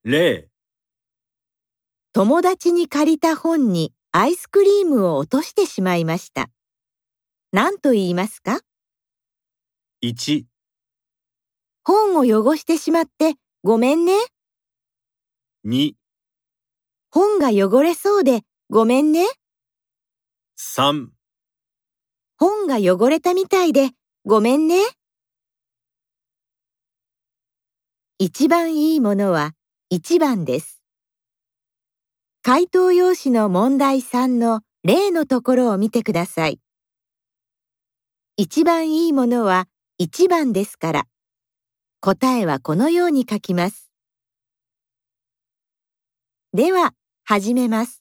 0、 友達に借りた本にアイスクリームを落としてしまいました。何と言いますか？ 1、 本を汚してしまってごめんね。 2、 本が汚れそうでごめんね。 3、 本が汚れたみたいでごめんね。一番いいものは1番です。回答用紙の問題3の例のところを見てください。一番いいものは1番ですから、答えはこのように書きます。では、始めます。